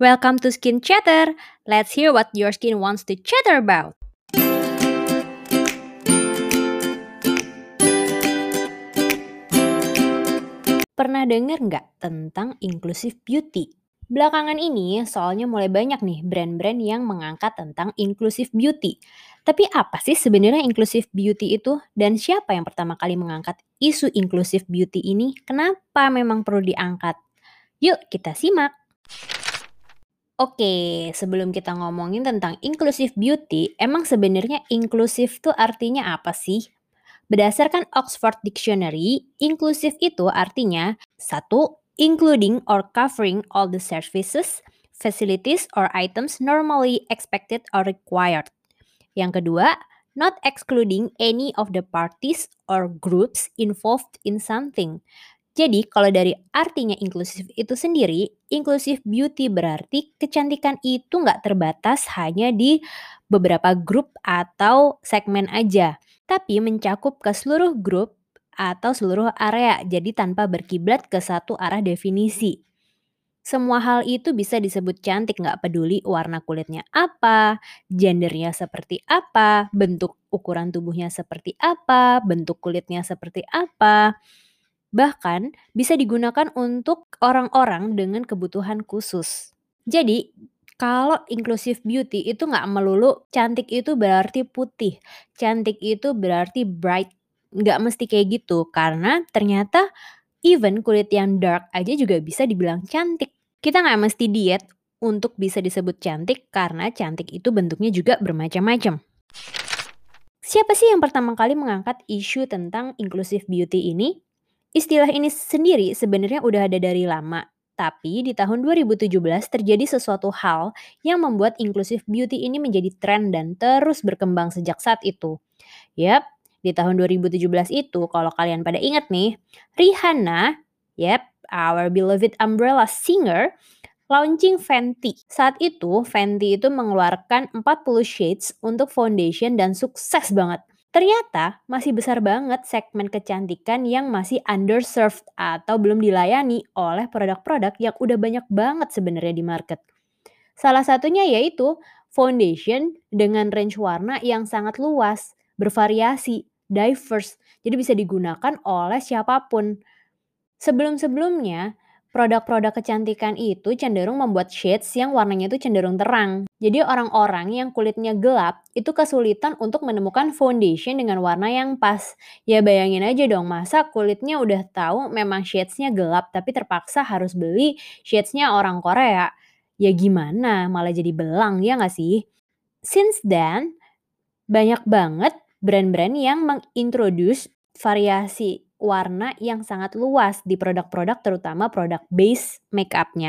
Welcome to Skin Chatter. Let's hear what your skin wants to chatter about. Pernah dengar nggak tentang inclusive beauty? Belakangan ini soalnya mulai banyak nih brand-brand yang mengangkat tentang inclusive beauty. Tapi apa sih sebenarnya inclusive beauty itu? Dan siapa yang pertama kali mengangkat isu inclusive beauty ini? Kenapa memang perlu diangkat? Yuk kita simak. Oke, sebelum kita ngomongin tentang inclusive beauty, emang sebenarnya inklusif tuh artinya apa sih? Berdasarkan Oxford Dictionary, inklusif itu artinya satu, including or covering all the services, facilities, or items normally expected or required. Yang kedua, not excluding any of the parties or groups involved in something. Jadi, kalau dari artinya inklusif itu sendiri, inklusif beauty berarti kecantikan itu nggak terbatas hanya di beberapa grup atau segmen aja, tapi mencakup ke seluruh grup atau seluruh area, jadi tanpa berkiblat ke satu arah definisi. Semua hal itu bisa disebut cantik nggak peduli warna kulitnya apa, gendernya seperti apa, bentuk ukuran tubuhnya seperti apa, bentuk kulitnya seperti apa. Bahkan bisa digunakan untuk orang-orang dengan kebutuhan khusus. Jadi, kalau inclusive beauty itu nggak melulu cantik itu berarti putih, cantik itu berarti bright. Nggak mesti kayak gitu, karena ternyata even kulit yang dark aja juga bisa dibilang cantik. Kita nggak mesti diet untuk bisa disebut cantik, karena cantik itu bentuknya juga bermacam-macam. Siapa sih yang pertama kali mengangkat isu tentang inclusive beauty ini? Istilah ini sendiri sebenarnya udah ada dari lama, tapi di tahun 2017 terjadi sesuatu hal yang membuat inclusive beauty ini menjadi tren dan terus berkembang sejak saat itu. Yap, di tahun 2017 itu kalau kalian pada ingat nih, Rihanna, yep, our beloved umbrella singer, launching Fenty. Saat itu, Fenty itu mengeluarkan 40 shades untuk foundation dan sukses banget. Ternyata masih besar banget segmen kecantikan yang masih underserved atau belum dilayani oleh produk-produk yang udah banyak banget sebenarnya di market. Salah satunya yaitu foundation dengan range warna yang sangat luas, bervariasi, diverse, jadi bisa digunakan oleh siapapun. Sebelum-sebelumnya, produk-produk kecantikan itu cenderung membuat shades yang warnanya itu cenderung terang. Jadi orang-orang yang kulitnya gelap itu kesulitan untuk menemukan foundation dengan warna yang pas. Ya bayangin aja dong, masa kulitnya udah tahu memang shadesnya gelap tapi terpaksa harus beli shadesnya orang Korea. Ya gimana, malah jadi belang ya nggak sih? Since then, banyak banget brand-brand yang mengintroduce variasi warna yang sangat luas di produk-produk terutama produk base makeupnya.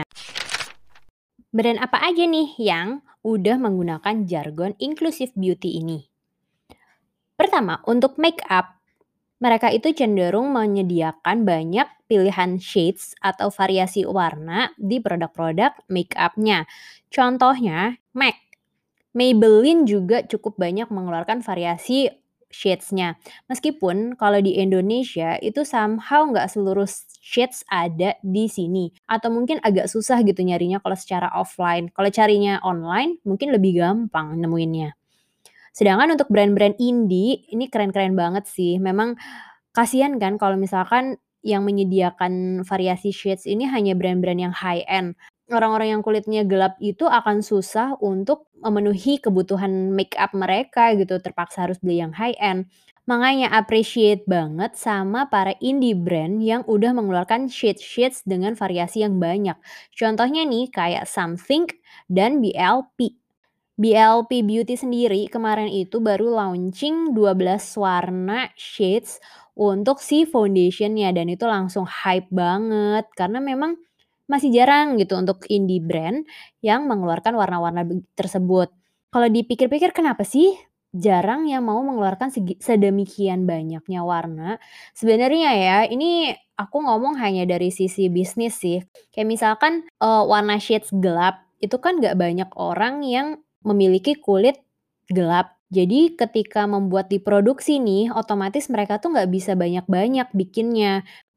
Brand apa aja nih yang udah menggunakan jargon inclusive beauty ini? Pertama, untuk makeup, mereka itu cenderung menyediakan banyak pilihan shades atau variasi warna di produk-produk makeupnya. Contohnya, MAC. Maybelline juga cukup banyak mengeluarkan variasi shades-nya. Meskipun kalau di Indonesia itu somehow nggak seluruh shades ada di sini. Atau mungkin agak susah gitu nyarinya kalau secara offline. Kalau carinya online mungkin lebih gampang nemuinnya. Sedangkan untuk brand-brand indie ini keren-keren banget sih. Memang kasihan kan kalau misalkan yang menyediakan variasi shades ini hanya brand-brand yang high end. Orang-orang yang kulitnya gelap itu akan susah untuk memenuhi kebutuhan make up mereka gitu, terpaksa harus beli yang high end. Makanya appreciate banget sama para indie brand yang udah mengeluarkan shades-shades dengan variasi yang banyak. Contohnya nih kayak Something dan BLP. BLP Beauty sendiri kemarin itu baru launching 12 warna shades untuk si foundation-nya dan itu langsung hype banget karena memang masih jarang gitu untuk indie brand yang mengeluarkan warna-warna tersebut. Kalau dipikir-pikir kenapa sih jarang yang mau mengeluarkan sedemikian banyaknya warna? Sebenarnya ya ini aku ngomong hanya dari sisi bisnis sih. Kayak misalkan, warna shades gelap itu kan nggak banyak orang yang memiliki kulit gelap. Jadi ketika membuat diproduksi nih, otomatis mereka tuh nggak bisa banyak-banyak bikinnya.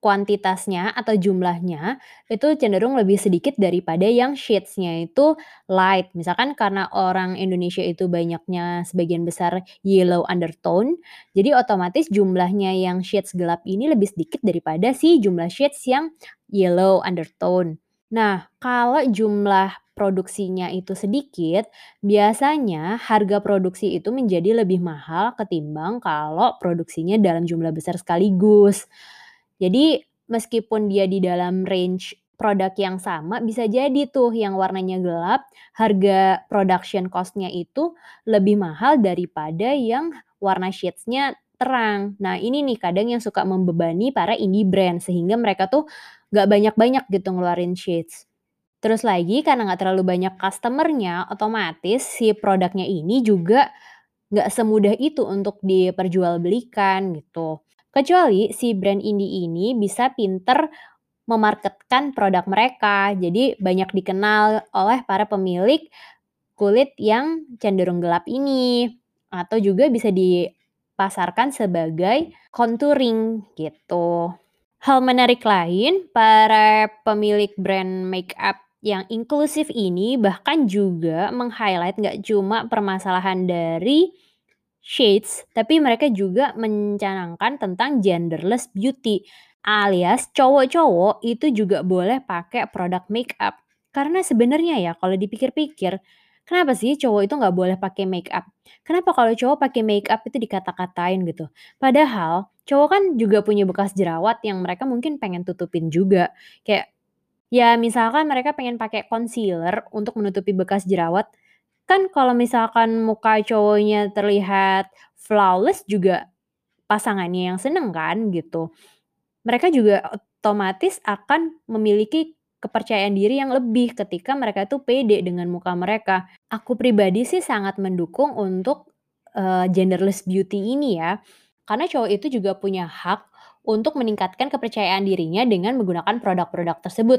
kuantitasnya atau jumlahnya itu cenderung lebih sedikit daripada yang shades-nya itu light. Misalkan karena orang Indonesia itu banyaknya sebagian besar yellow undertone, jadi otomatis jumlahnya yang shades gelap ini lebih sedikit daripada si jumlah shades yang yellow undertone. Nah, kalau jumlah produksinya itu sedikit, biasanya harga produksi itu menjadi lebih mahal ketimbang kalau produksinya dalam jumlah besar sekaligus. Jadi meskipun dia di dalam range produk yang sama, bisa jadi tuh yang warnanya gelap, harga production cost-nya itu lebih mahal daripada yang warna shades-nya terang. Nah ini nih kadang yang suka membebani para indie brand, sehingga mereka tuh nggak banyak-banyak gitu ngeluarin shades. Terus lagi karena nggak terlalu banyak customer-nya, otomatis si produknya ini juga nggak semudah itu untuk diperjualbelikan gitu. Kecuali si brand indie ini bisa pinter memarketkan produk mereka, jadi banyak dikenal oleh para pemilik kulit yang cenderung gelap ini, atau juga bisa dipasarkan sebagai contouring gitu. Hal menarik lain, para pemilik brand makeup yang inklusif ini bahkan juga meng-highlight nggak cuma permasalahan dari shades, tapi mereka juga mencanangkan tentang genderless beauty, alias cowok-cowok itu juga boleh pakai produk makeup. Karena sebenarnya ya kalau dipikir-pikir, kenapa sih cowok itu nggak boleh pakai makeup? Kenapa kalau cowok pakai makeup itu dikata-katain gitu? Padahal cowok kan juga punya bekas jerawat yang mereka mungkin pengen tutupin juga. Kayak ya misalkan mereka pengen pakai concealer untuk menutupi bekas jerawat, kan kalau misalkan muka cowoknya terlihat flawless juga pasangannya yang seneng kan gitu. Mereka juga otomatis akan memiliki kepercayaan diri yang lebih ketika mereka tuh pede dengan muka mereka. Aku pribadi sih sangat mendukung untuk, genderless beauty ini ya, karena cowok itu juga punya hak untuk meningkatkan kepercayaan dirinya dengan menggunakan produk-produk tersebut.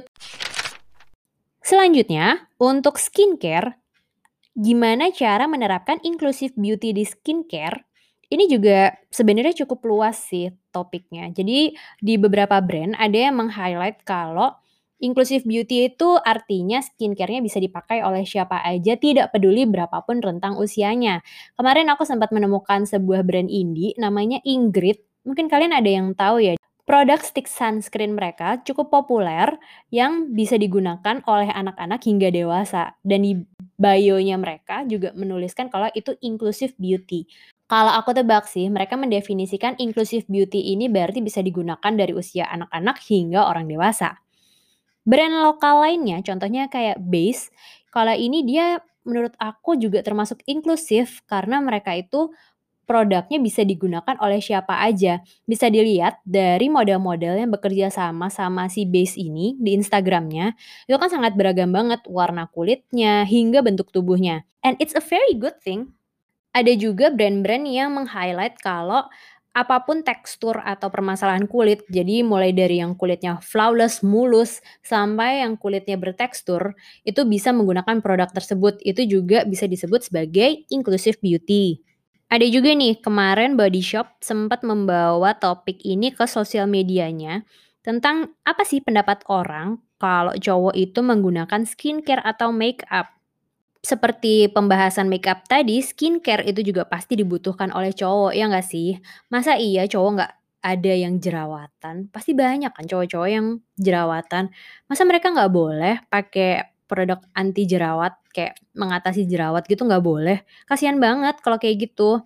Selanjutnya, untuk skincare, gimana cara menerapkan inclusive beauty di skincare? Ini juga sebenarnya cukup luas sih topiknya. Jadi di beberapa brand ada yang meng-highlight kalau inclusive beauty itu artinya skincare-nya bisa dipakai oleh siapa aja, tidak peduli berapapun rentang usianya. Kemarin aku sempat menemukan sebuah brand indie namanya Ingrid, mungkin kalian ada yang tahu ya. Produk stick sunscreen mereka cukup populer yang bisa digunakan oleh anak-anak hingga dewasa, dan di bio-nya mereka juga menuliskan kalau itu inclusive beauty. Kalau aku tebak sih, mereka mendefinisikan inclusive beauty ini berarti bisa digunakan dari usia anak-anak hingga orang dewasa. Brand lokal lainnya, contohnya kayak Base, kalau ini dia menurut aku juga termasuk inklusif karena mereka itu produknya bisa digunakan oleh siapa aja. Bisa dilihat dari model-model yang bekerja sama sama si Base ini di Instagramnya, itu kan sangat beragam banget warna kulitnya hingga bentuk tubuhnya. And it's a very good thing. Ada juga brand-brand yang meng-highlight kalau apapun tekstur atau permasalahan kulit, jadi mulai dari yang kulitnya flawless, mulus, sampai yang kulitnya bertekstur, itu bisa menggunakan produk tersebut. Itu juga bisa disebut sebagai inclusive beauty. Ada juga nih, kemarin Body Shop sempat membawa topik ini ke sosial medianya tentang apa sih pendapat orang kalau cowok itu menggunakan skincare atau makeup. Seperti pembahasan makeup tadi, skincare itu juga pasti dibutuhkan oleh cowok, ya nggak sih? Masa iya cowok nggak ada yang jerawatan? Pasti banyak kan cowok-cowok yang jerawatan. Masa mereka nggak boleh pakai produk anti jerawat, kayak mengatasi jerawat gitu nggak boleh? Kasihan banget kalau kayak gitu.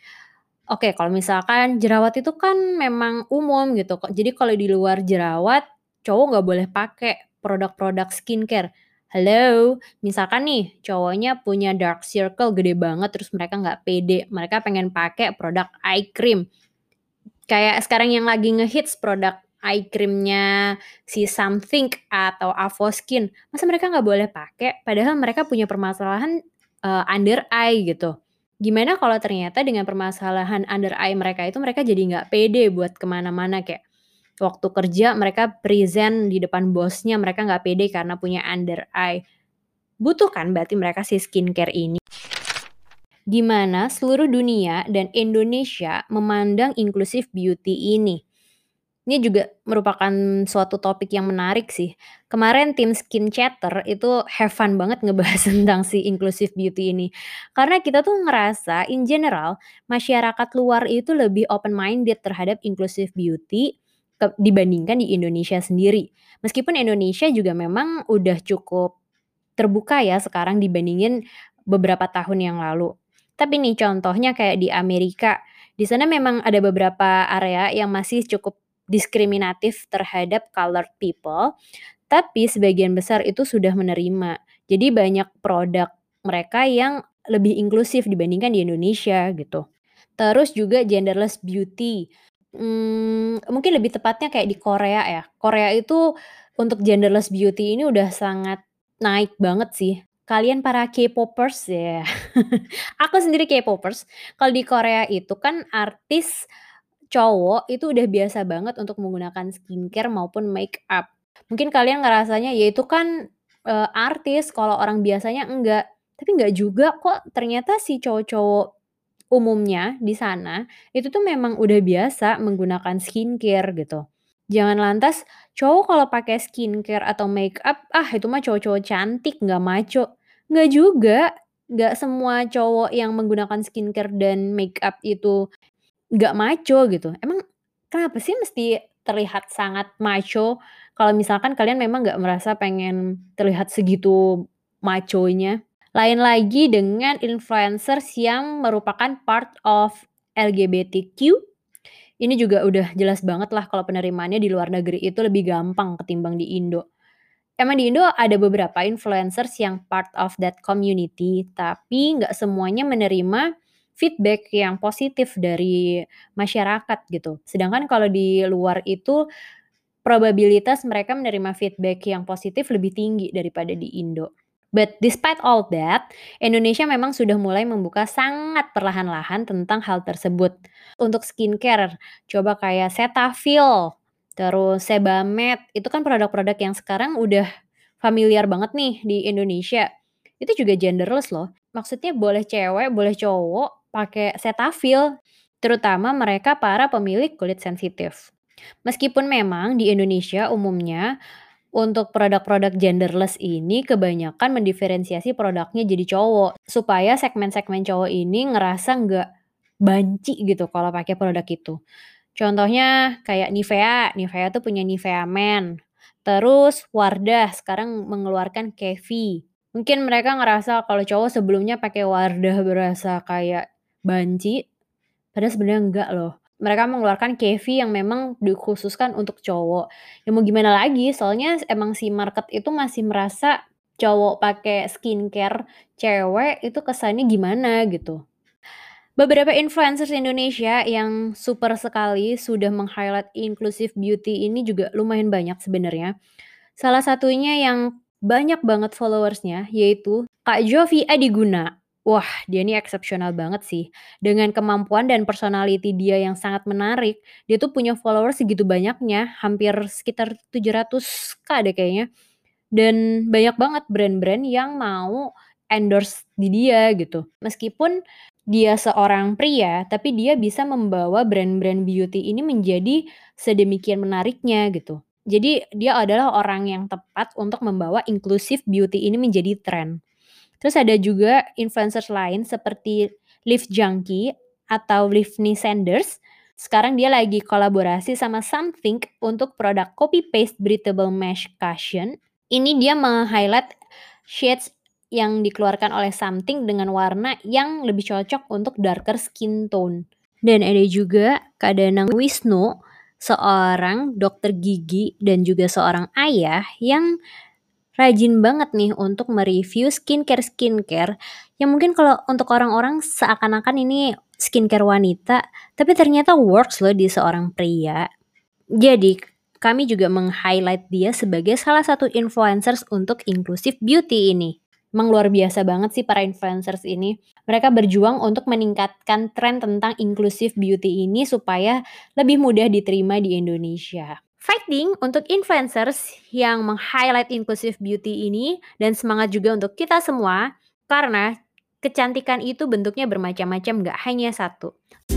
Oke, kalau misalkan jerawat itu kan memang umum gitu kok. Jadi kalau di luar jerawat, cowok nggak boleh pakai produk-produk skincare. Halo, misalkan nih cowoknya punya dark circle gede banget terus mereka nggak pede, mereka pengen pakai produk eye cream. Kayak sekarang yang lagi ngehits produk eye creamnya si Something atau Avoskin. Masa mereka nggak boleh pakai? Padahal mereka punya permasalahan under eye gitu. Gimana kalau ternyata dengan permasalahan under eye mereka itu mereka jadi nggak pede buat kemana-mana kayak waktu kerja mereka present di depan bosnya mereka nggak pede karena punya under eye. Butuh kan berarti mereka si skincare ini. Gimana seluruh dunia dan Indonesia memandang inclusive beauty ini? Ini juga merupakan suatu topik yang menarik sih. Kemarin tim Skin Chatter itu have fun banget ngebahas tentang si inclusive beauty ini. Karena kita tuh ngerasa in general, masyarakat luar itu lebih open minded terhadap inclusive beauty dibandingkan di Indonesia sendiri. Meskipun Indonesia juga memang udah cukup terbuka ya sekarang dibandingin beberapa tahun yang lalu. Tapi nih contohnya kayak di Amerika, di sana memang ada beberapa area yang masih cukup diskriminatif terhadap colored people, tapi sebagian besar itu sudah menerima. Jadi banyak produk mereka yang lebih inklusif dibandingkan di Indonesia gitu. Terus juga genderless beauty, mungkin lebih tepatnya kayak di Korea ya. Korea itu untuk genderless beauty ini udah sangat naik banget sih. Kalian para K-popers ya, aku sendiri K-popers, kalau di Korea itu kan artis cowok itu udah biasa banget untuk menggunakan skincare maupun make up. Mungkin kalian ngerasanya ya itu kan, artis, kalau orang biasanya enggak. Tapi enggak juga kok, ternyata si cowok-cowok umumnya di sana, itu tuh memang udah biasa menggunakan skincare gitu. Jangan lantas cowok kalau pakai skincare atau make up, ah itu mah cowok-cowok cantik nggak maco. Nggak juga, nggak semua cowok yang menggunakan skincare dan make up itu nggak maco gitu. Emang kenapa sih mesti terlihat sangat macho kalau misalkan kalian memang nggak merasa pengen terlihat segitu machonya? Lain lagi dengan influencers yang merupakan part of LGBTQ, ini juga udah jelas banget lah kalau penerimaannya di luar negeri itu lebih gampang ketimbang di Indo. Emang di Indo ada beberapa influencers yang part of that community, tapi nggak semuanya menerima feedback yang positif dari masyarakat gitu. Sedangkan kalau di luar itu probabilitas mereka menerima feedback yang positif lebih tinggi daripada di Indo. But despite all that, Indonesia memang sudah mulai membuka sangat perlahan-lahan tentang hal tersebut. Untuk skincare, coba kayak Cetaphil, terus Sebamed, itu kan produk-produk yang sekarang udah familiar banget nih di Indonesia. Itu juga genderless loh. Maksudnya boleh cewek, boleh cowok pakai Cetaphil, terutama mereka para pemilik kulit sensitif. Meskipun memang di Indonesia umumnya untuk produk-produk genderless ini kebanyakan mendiferensiasi produknya jadi cowok, supaya segmen-segmen cowok ini ngerasa nggak banci gitu kalau pakai produk itu. Contohnya kayak Nivea, Nivea tuh punya Nivea Men, terus Wardah sekarang mengeluarkan Kevi. Mungkin mereka ngerasa kalau cowok sebelumnya pakai Wardah berasa kayak banci, padahal sebenarnya enggak loh. Mereka mengeluarkan Kevi yang memang dikhususkan untuk cowok. Ya mau gimana lagi, soalnya emang si market itu masih merasa cowok pakai skincare cewek itu kesannya gimana gitu. Beberapa influencers Indonesia yang super sekali sudah meng-highlight inclusive beauty ini juga lumayan banyak sebenarnya. Salah satunya yang banyak banget followersnya yaitu Kak Jovi Adiguna. Wah, dia ini eksepsional banget sih. Dengan kemampuan dan personality dia yang sangat menarik, dia tuh punya followers segitu banyaknya, hampir sekitar 700K deh kayaknya. Dan banyak banget brand-brand yang mau endorse di dia gitu. Meskipun dia seorang pria, tapi dia bisa membawa brand-brand beauty ini menjadi sedemikian menariknya gitu. Jadi dia adalah orang yang tepat untuk membawa inclusive beauty ini menjadi tren. Terus ada juga influencers lain seperti Lift Junkie atau Livni Sanders. Sekarang dia lagi kolaborasi sama Something untuk produk copy paste breathable mesh cushion. Ini dia meng-highlight shades yang dikeluarkan oleh Something dengan warna yang lebih cocok untuk darker skin tone. Dan ada juga Kak Danang Wisnu, seorang dokter gigi dan juga seorang ayah yang rajin banget nih untuk mereview skincare-skincare yang mungkin kalau untuk orang-orang seakan-akan ini skincare wanita, tapi ternyata works loh di seorang pria. Jadi, kami juga meng-highlight dia sebagai salah satu influencers untuk inclusive beauty ini. Emang luar biasa banget sih para influencers ini. Mereka berjuang untuk meningkatkan tren tentang inclusive beauty ini supaya lebih mudah diterima di Indonesia. Fighting untuk influencers yang meng-highlight inclusive beauty ini dan semangat juga untuk kita semua karena kecantikan itu bentuknya bermacam-macam, gak hanya satu.